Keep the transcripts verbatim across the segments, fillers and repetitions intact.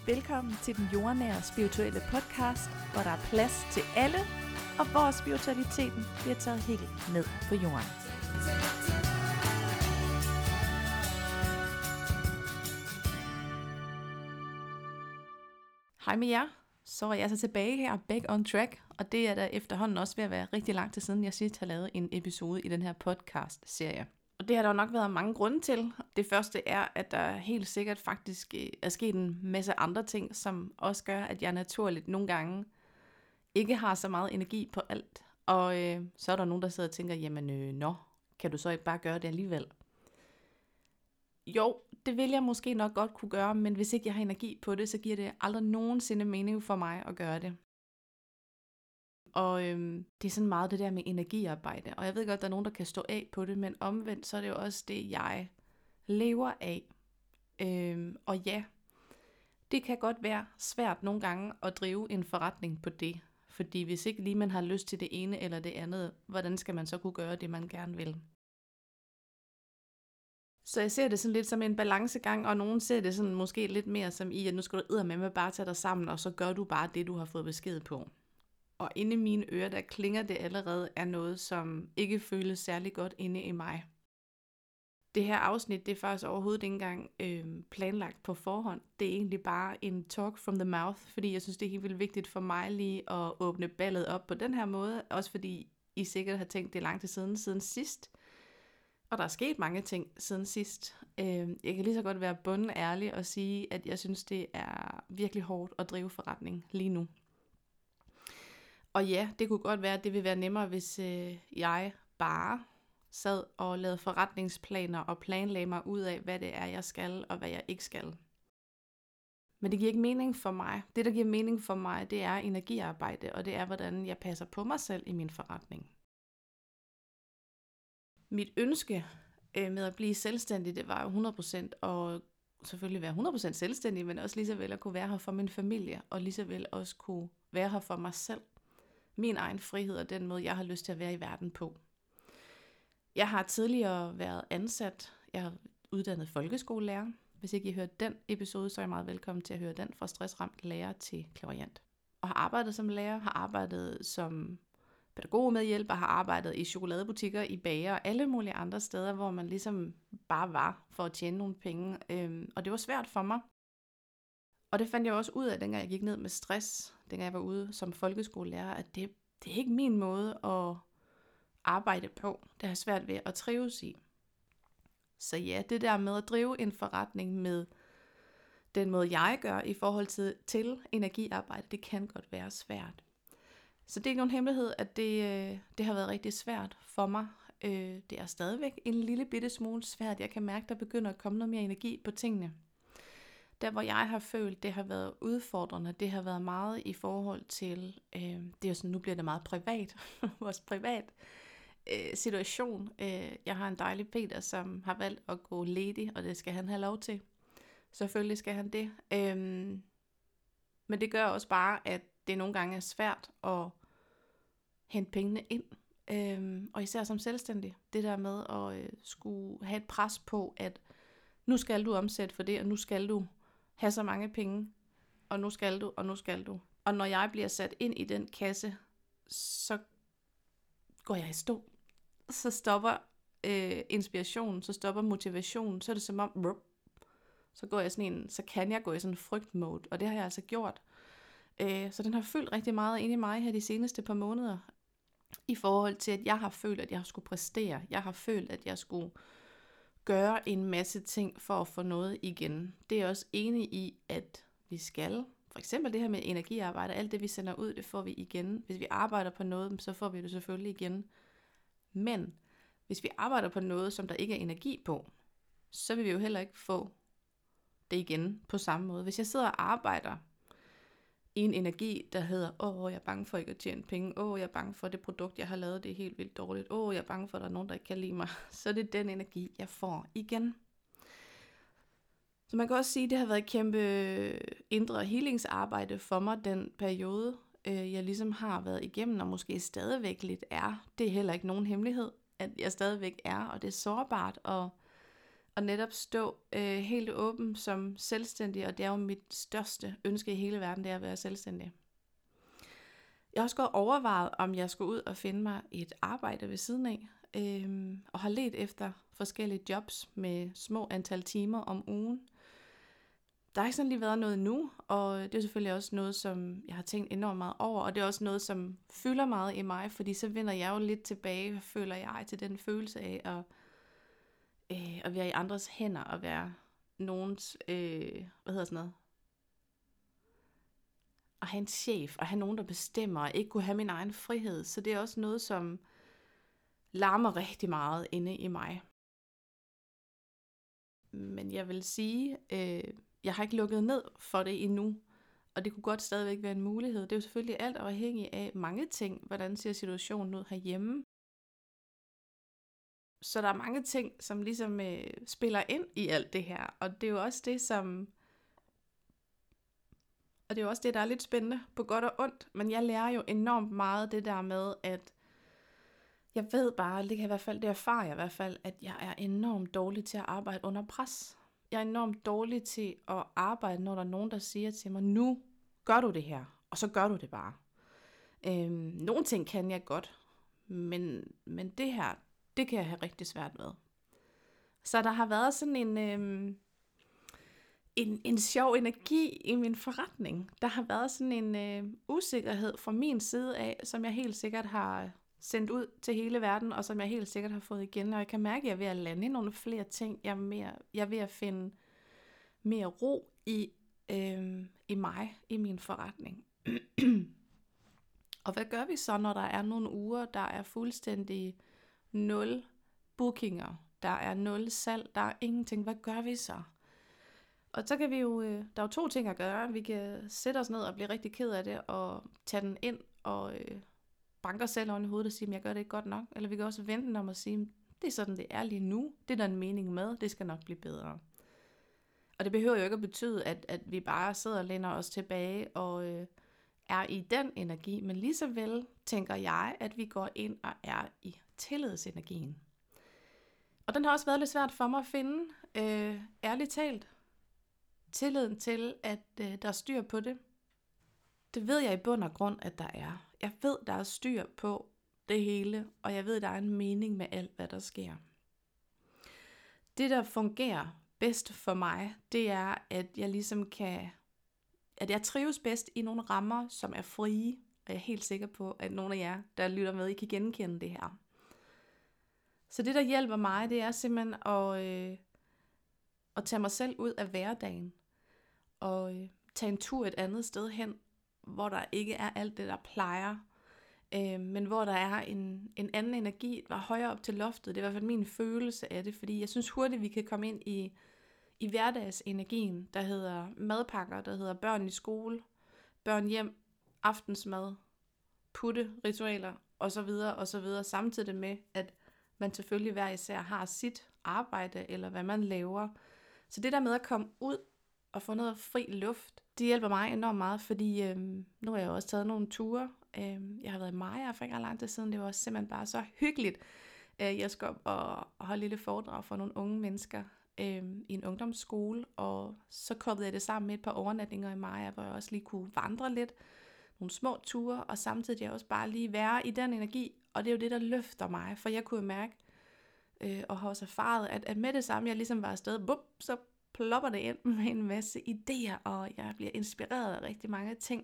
Velkommen til den jordnære spirituelle podcast, hvor der er plads til alle, og hvor spiritualiteten bliver taget helt ned på jorden. Hej med jer, så er jeg så tilbage her, back on track, og det er da efterhånden også ved at være rigtig lang tid siden, jeg sidst har lavet en episode i den her podcast-serie. Og det har der jo nok været mange grunde til. Det første er, at der helt sikkert faktisk er sket en masse andre ting, som også gør, at jeg naturligt nogle gange ikke har så meget energi på alt. Og øh, så er der nogen, der sidder og tænker, jamen øh, nå, kan du så ikke bare gøre det alligevel? Jo, det vil jeg måske nok godt kunne gøre, men hvis ikke jeg har energi på det, så giver det aldrig nogensinde mening for mig at gøre det. Og øhm, det er sådan meget det der med energiarbejde, og jeg ved godt, der er nogen, der kan stå af på det, men omvendt, så er det jo også det, jeg lever af. Øhm, og ja, det kan godt være svært nogle gange at drive en forretning på det, fordi hvis ikke lige man har lyst til det ene eller det andet, hvordan skal man så kunne gøre det, man gerne vil? Så jeg ser det sådan lidt som en balancegang, og nogen ser det sådan måske lidt mere som i, at nu skal du eddermame bare tage dig sammen, og så gør du bare det, du har fået besked på. Og inde i mine ører, der klinger det allerede af noget, som ikke føles særlig godt inde i mig. Det her afsnit, det er faktisk overhovedet ikke engang øh, planlagt på forhånd. Det er egentlig bare en talk from the mouth, fordi jeg synes, det er helt vildt vigtigt for mig lige at åbne ballet op på den her måde. Også fordi I sikkert har tænkt det lang tid siden, siden sidst. Og der er sket mange ting siden sidst. Øh, jeg kan lige så godt være bunden ærlig og sige, at jeg synes, det er virkelig hårdt at drive forretning lige nu. Og ja, det kunne godt være, at det ville være nemmere, hvis øh, jeg bare sad og lavede forretningsplaner og planlagde mig ud af, hvad det er, jeg skal og hvad jeg ikke skal. Men det giver ikke mening for mig. Det, der giver mening for mig, det er energiarbejde, og det er, hvordan jeg passer på mig selv i min forretning. Mit ønske øh, med at blive selvstændig, det var jo hundrede procent at selvfølgelig være hundrede procent selvstændig, men også lige så vel at kunne være her for min familie, og lige så vel også kunne være her for mig selv. Min egen frihed og den måde, jeg har lyst til at være i verden på. Jeg har tidligere været ansat. Jeg har uddannet folkeskolelærer. Hvis ikke I hørte den episode, så er jeg meget velkommen til at høre den fra stressramt lærer til klaverjant. Og har arbejdet som lærer, har arbejdet som pædagogmedhjælper, har arbejdet i chokoladebutikker, i bager og alle mulige andre steder, hvor man ligesom bare var for at tjene nogle penge. Og det var svært for mig. Og det fandt jeg også ud af, dengang jeg gik ned med stress, dengang jeg var ude som folkeskolelærer, at det, det er ikke min måde at arbejde på. Det har jeg svært ved at trives i. Så ja, det der med at drive en forretning med den måde, jeg gør i forhold til, til energiarbejde, det kan godt være svært. Så det er ikke nogen hemmelighed, at det, det har været rigtig svært for mig. Det er stadigvæk en lille bitte smule svært. Jeg kan mærke, at der begynder at komme noget mere energi på tingene. Der hvor jeg har følt, det har været udfordrende, det har været meget i forhold til, øh, det er sådan, nu bliver det meget privat, vores privat øh, situation. Øh, jeg har en dejlig Peter, som har valgt at gå ledig, og det skal han have lov til. Selvfølgelig skal han det. Øh, men det gør også bare, at det nogle gange er svært at hente pengene ind. Øh, og især som selvstændig, det der med at øh, skulle have et pres på, at nu skal du omsætte for det, og nu skal du have så mange penge, og nu skal du, og nu skal du. Og når jeg bliver sat ind i den kasse, så går jeg i stå. Så stopper øh, inspirationen, så stopper motivationen, så er det som om, rup, så går jeg sådan en, så kan jeg gå i sådan en frygtmode, og det har jeg altså gjort. Øh, så den har fyldt rigtig meget ind i mig her de seneste par måneder, i forhold til, at jeg har følt, at jeg skulle præstere. Jeg har følt, at jeg skulle gøre en masse ting for at få noget igen. Det er jeg også enig i, at vi skal. For eksempel det her med energiarbejde, alt det vi sender ud, det får vi igen. Hvis vi arbejder på noget, så får vi det selvfølgelig igen. Men hvis vi arbejder på noget, som der ikke er energi på, så vil vi jo heller ikke få det igen på samme måde. Hvis jeg sidder og arbejder i en energi, der hedder, åh, jeg er bange for ikke at tjene penge, åh, jeg er bange for, at det produkt, jeg har lavet, det er helt vildt dårligt, åh, jeg er bange for, at der er nogen, der ikke kan lide mig, så er det den energi, jeg får igen. Så man kan også sige, at det har været et kæmpe indre healingsarbejde for mig, den periode, jeg ligesom har været igennem, og måske stadigvæk lidt er. Det er heller ikke nogen hemmelighed, at jeg stadigvæk er, og det er sårbart, og, at netop stå øh, helt åben som selvstændig, og det er jo mit største ønske i hele verden, det er at være selvstændig. Jeg har også gået overvejet, om jeg skulle ud og finde mig et arbejde ved siden af, øh, og har let efter forskellige jobs med små antal timer om ugen. Der har ikke sådan lige været noget nu, og det er selvfølgelig også noget, som jeg har tænkt enormt meget over, og det er også noget, som fylder meget i mig, fordi så vender jeg jo lidt tilbage, føler jeg, til den følelse af at, øh, at være i andres hænder, og være nogens, øh, hvad hedder sådan noget, at have en chef, og have nogen, der bestemmer, og ikke kunne have min egen frihed. Så det er også noget, som larmer rigtig meget inde i mig. Men jeg vil sige, øh, jeg har ikke lukket ned for det endnu, og det kunne godt stadigvæk være en mulighed. Det er jo selvfølgelig alt afhængigt af mange ting. Hvordan ser situationen ud herhjemme? Så der er mange ting, som ligesom øh, spiller ind i alt det her, og det er jo også det, som... Og det er jo også det, der er lidt spændende på godt og ondt, men jeg lærer jo enormt meget det der med, at jeg ved bare, det kan i hvert fald, det erfarer jeg i hvert fald, at jeg er enormt dårlig til at arbejde under pres. Jeg er enormt dårlig til at arbejde, når der er nogen, der siger til mig, nu gør du det her, og så gør du det bare. Øhm, nogle ting kan jeg godt, men, men det her, det kan jeg have rigtig svært med. Så der har været sådan en... Øhm, En, en sjov energi i min forretning. Der har været sådan en øh, usikkerhed fra min side af, som jeg helt sikkert har sendt ud til hele verden, og som jeg helt sikkert har fået igen. Og jeg kan mærke, at jeg er ved at lande i nogle flere ting. Jeg er, mere, jeg er ved at finde mere ro i, øh, i mig, i min forretning. Og hvad gør vi så, når der er nogle uger, der er fuldstændig nul bookinger, der er nul salg, der er ingenting. Hvad gør vi så? Og så kan vi jo, der er jo to ting at gøre. Vi kan sætte os ned og blive rigtig ked af det, og tage den ind og øh, banke os selv oven i hovedet og sige, at jeg gør det ikke godt nok. Eller vi kan også vente den om at sige, det er sådan, det er lige nu. Det er der en mening med, det skal nok blive bedre. Og det behøver jo ikke at betyde, at, at vi bare sidder og læner os tilbage og øh, er i den energi. Men lige så vel tænker jeg, at vi går ind og er i tillidsenergien. Og den har også været lidt svært for mig at finde, øh, ærligt talt. Tilliden til, at øh, der er styr på det. Det ved jeg i bund og grund, at der er. Jeg ved, der er styr på det hele, og jeg ved, der er en mening med alt, hvad der sker. Det, der fungerer bedst for mig, det er, at jeg ligesom kan, at jeg trives bedst i nogle rammer, som er frie, og jeg er helt sikker på, at nogle af jer, der lytter med, I kan genkende det her. Så det, der hjælper mig, det er simpelthen at, øh, at tage mig selv ud af hverdagen, og øh, tage en tur et andet sted hen, hvor der ikke er alt det, der plejer, øh, men hvor der er en, en anden energi, der er højere op til loftet. Det er i hvert fald min følelse af det, fordi jeg synes hurtigt, vi kan komme ind i, i hverdagsenergien, der hedder madpakker, der hedder børn i skole, børn hjem, aftensmad, putte, ritualer osv. osv. Samtidig med, at man selvfølgelig hver især har sit arbejde, eller hvad man laver. Så det der med at komme ud og få noget fri luft, det hjælper mig enormt meget, fordi øhm, nu har jeg også taget nogle ture. Øhm, jeg har været i Maja for ikke ret lang tid siden, det var simpelthen bare så hyggeligt. Øh, jeg skal op og, og holde lille foredrag for nogle unge mennesker øhm, i en ungdomsskole, og så koblede jeg det sammen med et par overnatninger i Maja, hvor jeg også lige kunne vandre lidt, nogle små ture, og samtidig også bare lige være i den energi, og det er jo det, der løfter mig, for jeg kunne mærke, øh, og har også erfaret, at, at med det samme, jeg ligesom var afsted, bup, så plopper det ind med en masse idéer, og jeg bliver inspireret af rigtig mange ting.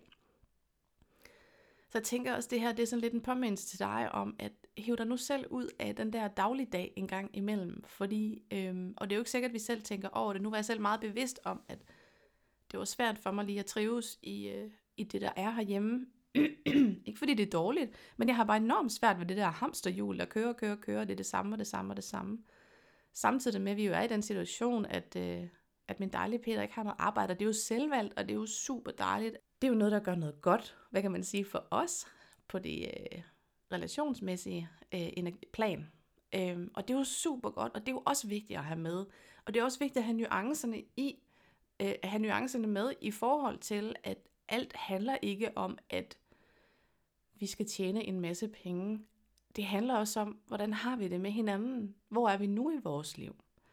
Så jeg tænker også, det her, det er sådan lidt en påmindelse til dig om, at hiv dig nu selv ud af den der dagligdag en gang imellem, fordi, øhm, og det er jo ikke sikkert, at vi selv tænker over det. Nu var jeg selv meget bevidst om, at det var svært for mig lige at trives i, øh, i det, der er herhjemme. Ikke fordi det er dårligt, men jeg har bare enormt svært ved det der hamsterhjul, der kører, kører, kører, det er det samme, og det samme, og det samme. Samtidig med, at vi jo er i den situation, at, øh, at min dejlige Peter ikke har noget arbejde, og det er jo selvvalgt, og det er jo super dejligt. Det er jo noget, der gør noget godt, hvad kan man sige, for os på det øh, relationsmæssige øh, plan. Øhm, og det er jo super godt, og det er jo også vigtigt at have med. Og det er også vigtigt at have nuancerne, i, øh, at have nuancerne med i forhold til, at alt handler ikke om, at vi skal tjene en masse penge. Det handler også om, hvordan har vi det med hinanden? Hvor er vi nu i vores liv?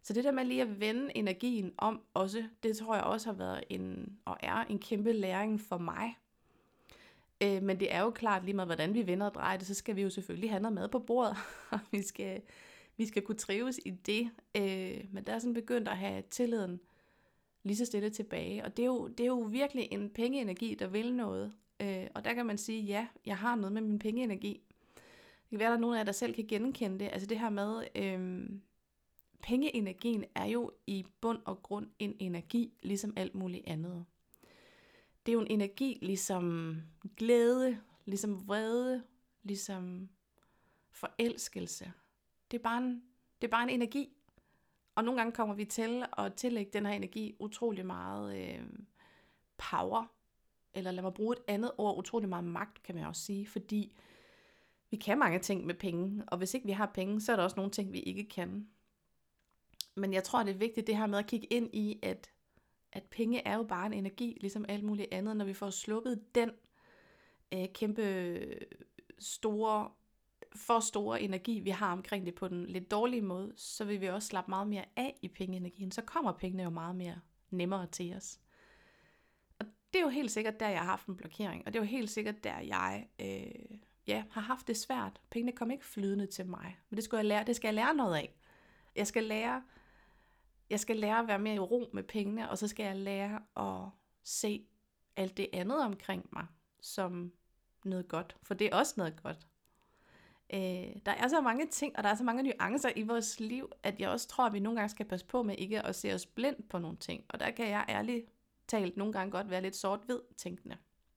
Så det der med lige at vende energien om også, det tror jeg også har været en, og er en kæmpe læring for mig. Øh, men det er jo klart lige med, hvordan vi vender og drejer det, så skal vi jo selvfølgelig have noget mad på bordet, og vi skal, vi skal kunne trives i det. Øh, men der er sådan begyndt at have tilliden lige så stille tilbage, og det er jo, det er jo virkelig en pengeenergi, der vil noget. Øh, og der kan man sige, ja, jeg har noget med min pengeenergi. Det kan være, der er nogen af jer, der selv kan genkende det. Altså det her med, øh, pengeenergien er jo i bund og grund en energi, ligesom alt muligt andet. Det er jo en energi, ligesom glæde, ligesom vrede, ligesom forelskelse. Det er bare en, det er bare en energi. Og nogle gange kommer vi til at tillægge den her energi utrolig meget øh, power. Eller lad mig bruge et andet ord, utrolig meget magt, kan man også sige. Fordi vi kan mange ting med penge, og hvis ikke vi har penge, så er der også nogle ting, vi ikke kan. Men jeg tror, det er vigtigt det her med at kigge ind i, at, at penge er jo bare en energi, ligesom alt muligt andet. Når vi får sluppet den øh, kæmpe store, for store energi, vi har omkring det på den lidt dårlige måde, så vil vi også slappe meget mere af i pengeenergien. Så kommer pengene jo meget mere nemmere til os. Og det er jo helt sikkert der, jeg har haft en blokering. Og det er jo helt sikkert der, jeg øh, ja, har haft det svært. Pengene kom ikke flydende til mig. Men det skal jeg lære, det skal jeg lære noget af. Jeg skal lære, jeg skal lære at være mere i ro med pengene, og så skal jeg lære at se alt det andet omkring mig som noget godt. For det er også noget godt. Øh, der er så mange ting, og der er så mange nuancer i vores liv, at jeg også tror, at vi nogle gange skal passe på med ikke at se os blind på nogle ting. Og der kan jeg ærligt talt nogle gange godt være lidt sort-hvid tænkende.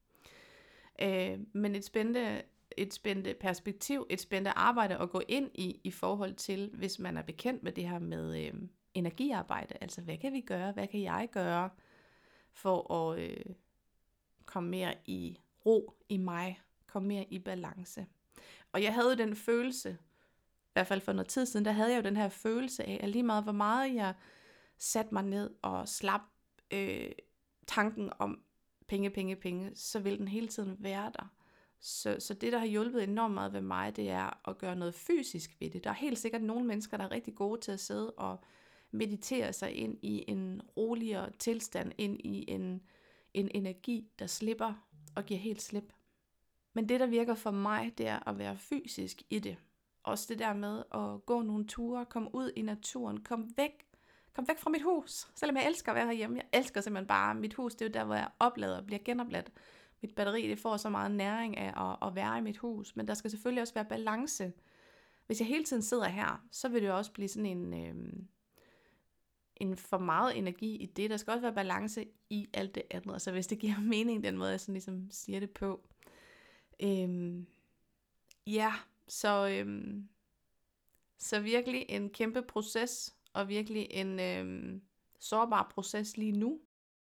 Øh, men et spændende, et spændende perspektiv, et spændende arbejde at gå ind i, i forhold til, hvis man er bekendt med det her med øh, energiarbejde. Altså, hvad kan vi gøre? Hvad kan jeg gøre for at øh, komme mere i ro i mig, komme mere i balance? Og jeg havde jo den følelse, i hvert fald for noget tid siden, der havde jeg jo den her følelse af, at lige meget hvor meget jeg satte mig ned og slap øh, tanken om penge, penge, penge, så vil den hele tiden være der. Så, så det, der har hjulpet enormt meget ved mig, det er at gøre noget fysisk ved det. Der er helt sikkert nogle mennesker, der er rigtig gode til at sidde og meditere sig ind i en roligere tilstand, ind i en, en energi, der slipper og giver helt slip. Men det, der virker for mig, det er at være fysisk i det. Også det der med at gå nogle ture, komme ud i naturen, komme væk. Kom væk fra mit hus, selvom jeg elsker at være herhjemme. Jeg elsker simpelthen bare mit hus. Det er jo der, hvor jeg oplader og bliver genopladt. Mit batteri, det får så meget næring af at, at være i mit hus. Men der skal selvfølgelig også være balance. Hvis jeg hele tiden sidder her, så vil det jo også blive sådan en, øhm, en for meget energi i det. Der skal også være balance i alt det andet. Altså hvis det giver mening, den måde jeg sådan ligesom siger det på. Øhm, ja, så, øhm, så virkelig en kæmpe proces. Og virkelig en øhm, sårbar proces lige nu.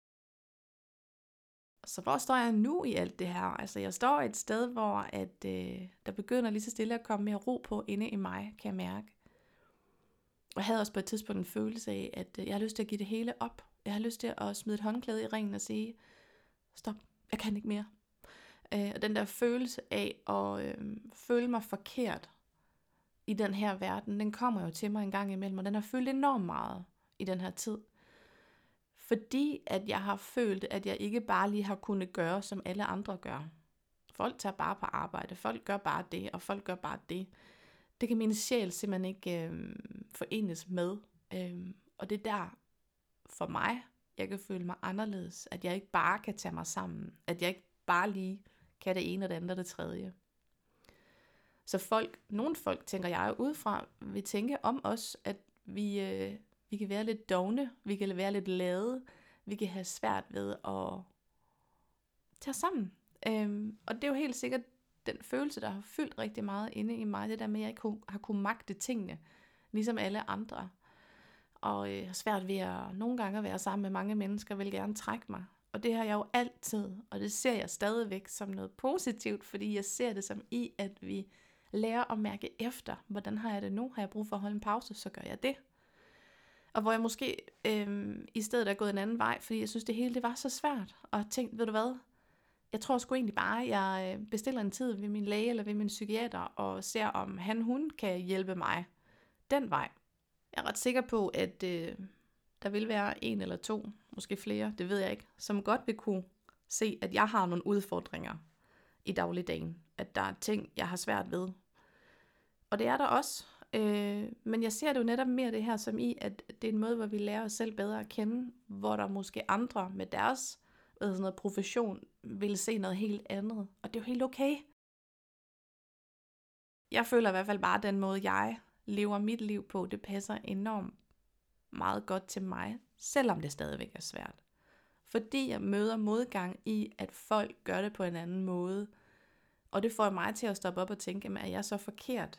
Så hvor står jeg nu i alt det her? Altså jeg står et sted, hvor at, øh, der begynder lige så stille at komme mere ro på inde i mig, kan jeg mærke. Og jeg havde også på et tidspunkt en følelse af, at øh, jeg har lyst til at give det hele op. Jeg har lyst til at smide et håndklæde i ringen og sige, stop, jeg kan ikke mere. Øh, og den der følelse af at øh, føle mig forkert i den her verden, den kommer jo til mig en gang imellem, og den har følt enormt meget i den her tid. Fordi at jeg har følt, at jeg ikke bare lige har kunnet gøre, som alle andre gør. Folk tager bare på arbejde, folk gør bare det, og folk gør bare det. Det kan min sjæl simpelthen ikke øh, forenes med. Øh, og det er der, for mig, jeg kan føle mig anderledes. At jeg ikke bare kan tage mig sammen. At jeg ikke bare lige kan det ene og det andet og det tredje. Så folk, nogle folk, tænker jeg udefra, vil tænke om os, at vi, øh, vi kan være lidt dovne, vi kan være lidt lade, vi kan have svært ved at tage sammen. Øhm, og det er jo helt sikkert den følelse, der har fyldt rigtig meget inde i mig, det der med, at jeg ikke har kunnet magte tingene, ligesom alle andre. Og øh, har svært ved at nogle gange at være sammen med mange mennesker, vil gerne trække mig. Og det har jeg jo altid, og det ser jeg stadigvæk som noget positivt, fordi jeg ser det som i, at vi lære at mærke efter, hvordan har jeg det nu? Har jeg brug for at holde en pause, så gør jeg det. Og hvor jeg måske øh, i stedet er gået en anden vej, fordi jeg synes, det hele det var så svært. Og jeg tænkte, ved du hvad? Jeg tror sgu egentlig bare, at jeg bestiller en tid ved min læge eller ved min psykiater, og ser om han, hun kan hjælpe mig den vej. Jeg er ret sikker på, at øh, der vil være en eller to, måske flere, det ved jeg ikke, som godt vil kunne se, at jeg har nogle udfordringer i dagligdagen. At der er ting, jeg har svært ved. Og det er der også. Øh, men jeg ser det jo netop mere det her som i, at det er en måde, hvor vi lærer os selv bedre at kende, hvor der måske andre med deres hvad sådan noget, profession vil se noget helt andet. Og det er jo helt okay. Jeg føler i hvert fald bare, at den måde, jeg lever mit liv på, det passer enormt meget godt til mig, selvom det stadigvæk er svært. Fordi jeg møder modgang i, at folk gør det på en anden måde. Og det får mig til at stoppe op og tænke, er jeg så forkert?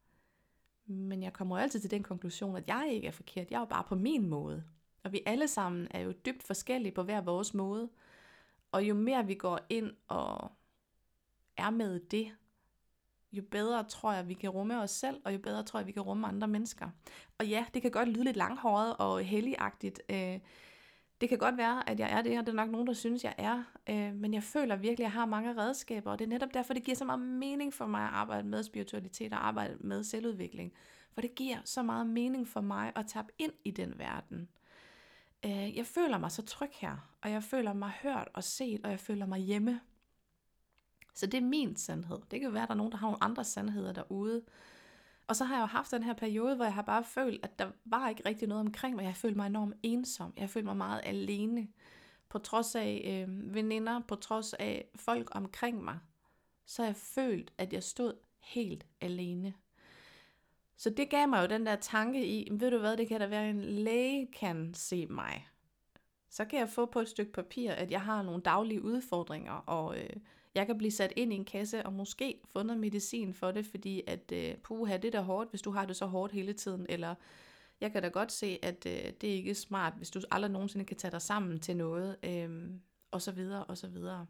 Men jeg kommer altid til den konklusion, at jeg ikke er forkert. Jeg er jo bare på min måde. Og vi alle sammen er jo dybt forskellige på hver vores måde. Og jo mere vi går ind og er med det, jo bedre tror jeg, vi kan rumme os selv, og jo bedre tror jeg, vi kan rumme andre mennesker. Og ja, det kan godt lyde lidt langhåret og helligagtigt. Det kan godt være, at jeg er det, og det er nok nogen, der synes, jeg er. Men jeg føler virkelig, at jeg har mange redskaber, og det er netop derfor, det giver så meget mening for mig at arbejde med spiritualitet og arbejde med selvudvikling. For det giver så meget mening for mig at tappe ind i den verden. Jeg føler mig så tryg her, og jeg føler mig hørt og set, og jeg føler mig hjemme. Så det er min sandhed. Det kan være, at der er nogen, der har nogle andre sandheder derude. Og så har jeg jo haft den her periode, hvor jeg har bare følt, at der var ikke rigtig noget omkring mig. Jeg følte mig enormt ensom. Jeg følte mig meget alene. På trods af øh, veninder, på trods af folk omkring mig, så har jeg følt, at jeg stod helt alene. Så det gav mig jo den der tanke i, ved du hvad, det kan da være, en læge kan se mig. Så kan jeg få på et stykke papir, at jeg har nogle daglige udfordringer, og øh, jeg kan blive sat ind i en kasse og måske få noget medicin for det, fordi at øh, puha, det er da hårdt, hvis du har det så hårdt hele tiden, eller jeg kan da godt se, at øh, det er ikke smart, hvis du aldrig nogensinde kan tage dig sammen til noget, øh, og så videre, og så videre.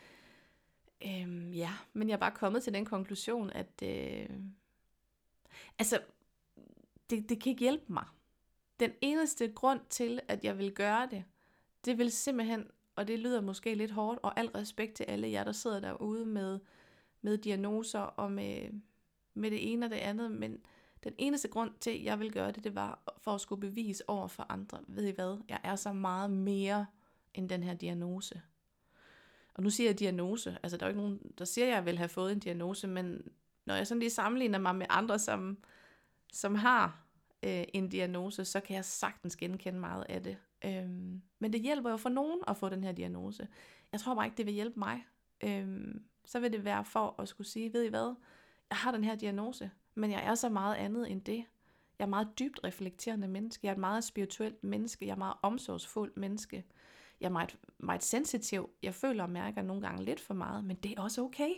Øh, ja, men jeg er bare kommet til den konklusion, at øh, altså, det, det kan ikke hjælpe mig. Den eneste grund til, at jeg vil gøre det, det vil simpelthen, og det lyder måske lidt hårdt, og al respekt til alle jer, der sidder derude med, med diagnoser og med, med det ene og det andet, men den eneste grund til, at jeg vil gøre det, det var for at skulle bevise over for andre, ved I hvad, jeg er så meget mere end den her diagnose. Og nu siger jeg diagnose, altså der er jo ikke nogen, der siger, at jeg vil have fået en diagnose, men når jeg sådan lige sammenligner mig med andre, som, som har øh, en diagnose, så kan jeg sagtens genkende meget af det. Øhm, men det hjælper jo for nogen at få den her diagnose. Jeg tror bare ikke, det vil hjælpe mig. Øhm, så vil det være for at skulle sige, ved I hvad, jeg har den her diagnose, men jeg er så meget andet end det. Jeg er meget dybt reflekterende menneske, jeg er et meget spirituelt menneske, jeg er meget omsorgsfuld menneske. Jeg er meget, meget sensitiv, jeg føler og mærker nogle gange lidt for meget, men det er også okay.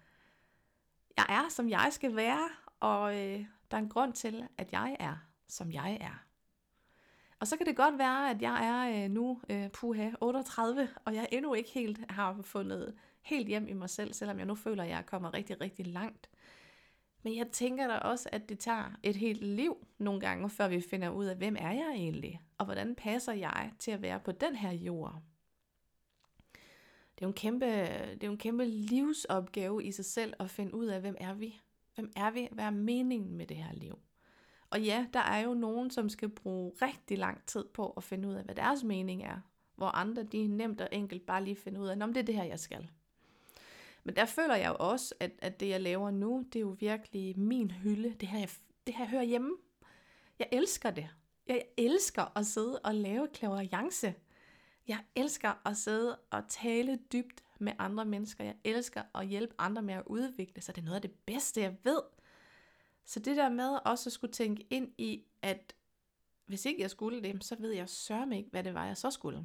Jeg er, som jeg skal være, og øh, der er en grund til, at jeg er, som jeg er. Og så kan det godt være, at jeg er øh, nu øh, puha otteogtredive, og jeg endnu ikke helt har fundet helt hjem i mig selv, selvom jeg nu føler, at jeg er kommet rigtig, rigtig langt. Men jeg tænker da også, at det tager et helt liv nogle gange, før vi finder ud af, hvem er jeg egentlig, og hvordan passer jeg til at være på den her jord. Det er jo en kæmpe, det er jo en kæmpe livsopgave i sig selv at finde ud af, hvem er vi? Hvem er vi? Hvad er meningen med det her liv? Og ja, der er jo nogen, som skal bruge rigtig lang tid på at finde ud af, hvad deres mening er. Hvor andre, de nemt og enkelt bare lige finder ud af, om det er det her, jeg skal. Men der føler jeg jo også, at, at det, jeg laver nu, det er jo virkelig min hylde. Det her, jeg, det her hører hjemme. Jeg elsker det. Jeg elsker at sidde og lave clairvoyance. Jeg elsker at sidde og tale dybt med andre mennesker. Jeg elsker at hjælpe andre med at udvikle sig. Det er noget af det bedste, jeg ved. Så det der med også at skulle tænke ind i, at hvis ikke jeg skulle det, så ved jeg sørme ikke, hvad det var, jeg så skulle.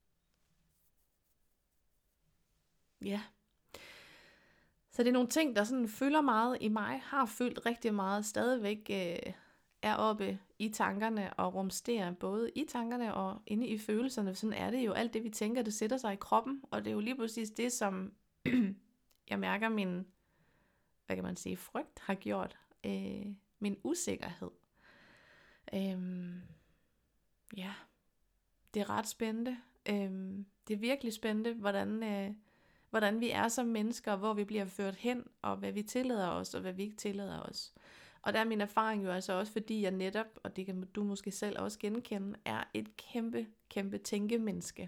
Ja. Så det er nogle ting, der sådan fylder meget i mig, har fyldt rigtig meget, stadigvæk øh, er oppe i tankerne og rumsterer både i tankerne og inde i følelserne. Sådan er det jo. Alt det, vi tænker, det sætter sig i kroppen, og det er jo lige præcis det, som jeg mærker min, hvad kan man sige, frygt har gjort. Øh, min usikkerhed. Øh, ja, det er ret spændende. Øh, det er virkelig spændende, hvordan, øh, hvordan vi er som mennesker, hvor vi bliver ført hen, og hvad vi tillader os, og hvad vi ikke tillader os. Og der er min erfaring jo altså også, fordi jeg netop, og det kan du måske selv også genkende, er et kæmpe, kæmpe tænkemenneske,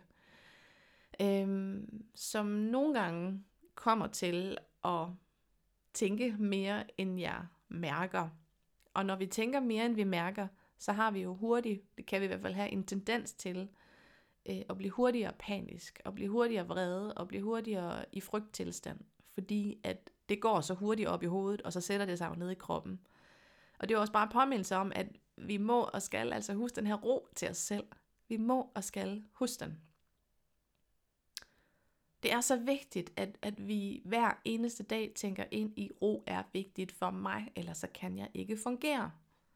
øhm, som nogle gange kommer til at tænke mere, end jeg mærker. Og når vi tænker mere, end vi mærker, så har vi jo hurtigt, det kan vi i hvert fald have en tendens til, øh, at blive hurtigere panisk, og blive hurtigere vrede, og blive hurtigere i frygttilstand, fordi at det går så hurtigt op i hovedet, og så sætter det sig jo ned i kroppen. Og det er også bare en påmindelse om, at vi må og skal altså huske den her ro til os selv. Vi må og skal huske den. Det er så vigtigt, at, at vi hver eneste dag tænker ind i, ro er vigtigt for mig, ellers så kan jeg ikke fungere.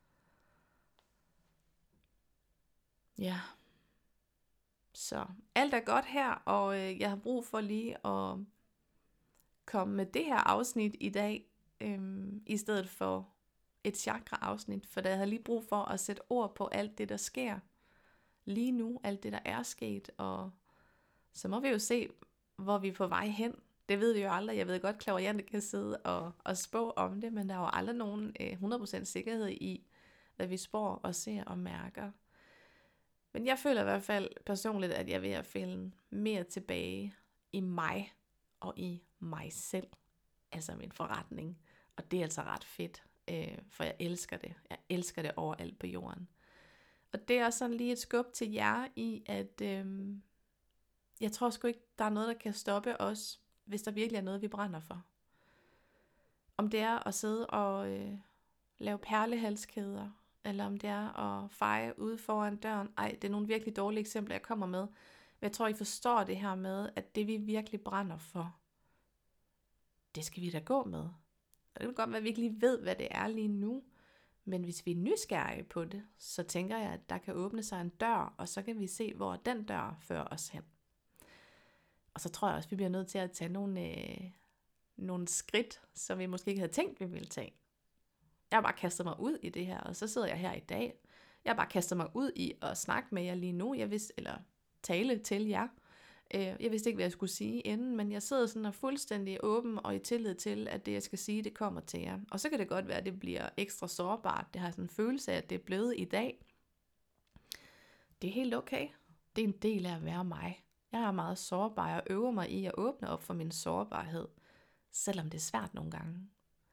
Ja. Så alt er godt her, og øh, jeg har brug for lige at komme med det her afsnit i dag, øh, i stedet for et chakra-afsnit, for der havde lige brug for at sætte ord på alt det, der sker lige nu, alt det, der er sket, og så må vi jo se, hvor vi er på vej hen. Det ved vi jo aldrig. Jeg ved godt, clairvoyante kan sidde og, og spå om det, men der er jo aldrig nogen øh, hundrede procent sikkerhed i, hvad vi spår og ser og mærker. Men jeg føler i hvert fald personligt, at jeg er ved at finde mere tilbage i mig og i mig selv, altså min forretning. Og det er altså ret fedt, øh, for jeg elsker det. Jeg elsker det overalt på jorden. Og det er sådan lige et skub til jer i, at øh, jeg tror sgu ikke, der er noget, der kan stoppe os, hvis der virkelig er noget, vi brænder for. Om det er at sidde og øh, lave perlehalskæder, eller om det er at feje ude foran døren. Ej, det er nogle virkelig dårlige eksempler, jeg kommer med. Men jeg tror, I forstår det her med, at det vi virkelig brænder for, det skal vi da gå med. Og det kan godt være, at vi ikke lige ved, hvad det er lige nu. Men hvis vi er nysgerrige på det, så tænker jeg, at der kan åbne sig en dør, og så kan vi se, hvor den dør fører os hen. Og så tror jeg også, at vi bliver nødt til at tage nogle, øh, nogle skridt, som vi måske ikke havde tænkt, vi ville tage. Jeg har bare kastet mig ud i det her, og så sidder jeg her i dag. Jeg har bare kastet mig ud i at snakke med jer lige nu, jeg vidste, eller tale til jer. Jeg vidste ikke, hvad jeg skulle sige inden, men jeg sidder sådan og fuldstændig åben og i tillid til, at det, jeg skal sige, det kommer til jer. Og så kan det godt være, at det bliver ekstra sårbart. Det har sådan en følelse af, at det er blevet i dag. Det er helt okay. Det er en del af at være mig. Jeg er meget sårbar og øver mig i at åbne op for min sårbarhed, selvom det er svært nogle gange.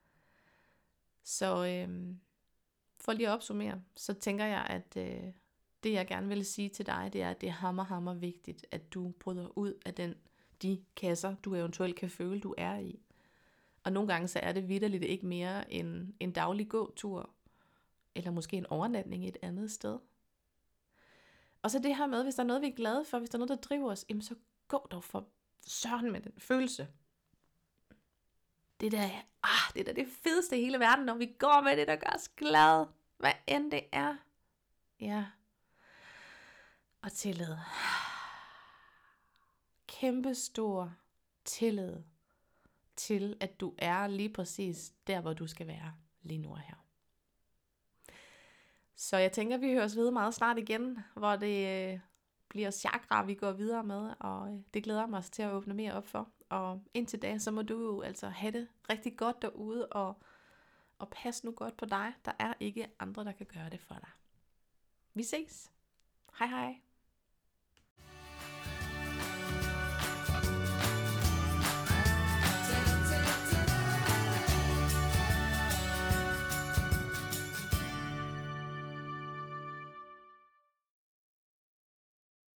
Så øhm, for lige at opsummere, så tænker jeg, at øh, det jeg gerne vil sige til dig, det er, at det er hammer, hammer vigtigt, at du bryder ud af den, de kasser, du eventuelt kan føle, du er i. Og nogle gange så er det vitterligt ikke mere en, en daglig gåtur, eller måske en overnatning et andet sted. Og så det her med, hvis der er noget, vi er glade for, hvis der er noget, der driver os, jamen så gå dog for søren med den følelse. Det der, ah, det der det fedeste i hele verden, når vi går med det, der gør os glade. Hvad end det er. Ja. Og tillid. Kæmpe stor tillid til, at du er lige præcis der, hvor du skal være lige nu og her. Så jeg tænker, vi høres ved meget snart igen, hvor det øh, bliver chakra, vi går videre med, og øh, det glæder mig til at åbne mere op for. Og indtil da, så må du jo altså have det rigtig godt derude, og, og pas nu godt på dig. Der er ikke andre, der kan gøre det for dig. Vi ses. Hej hej.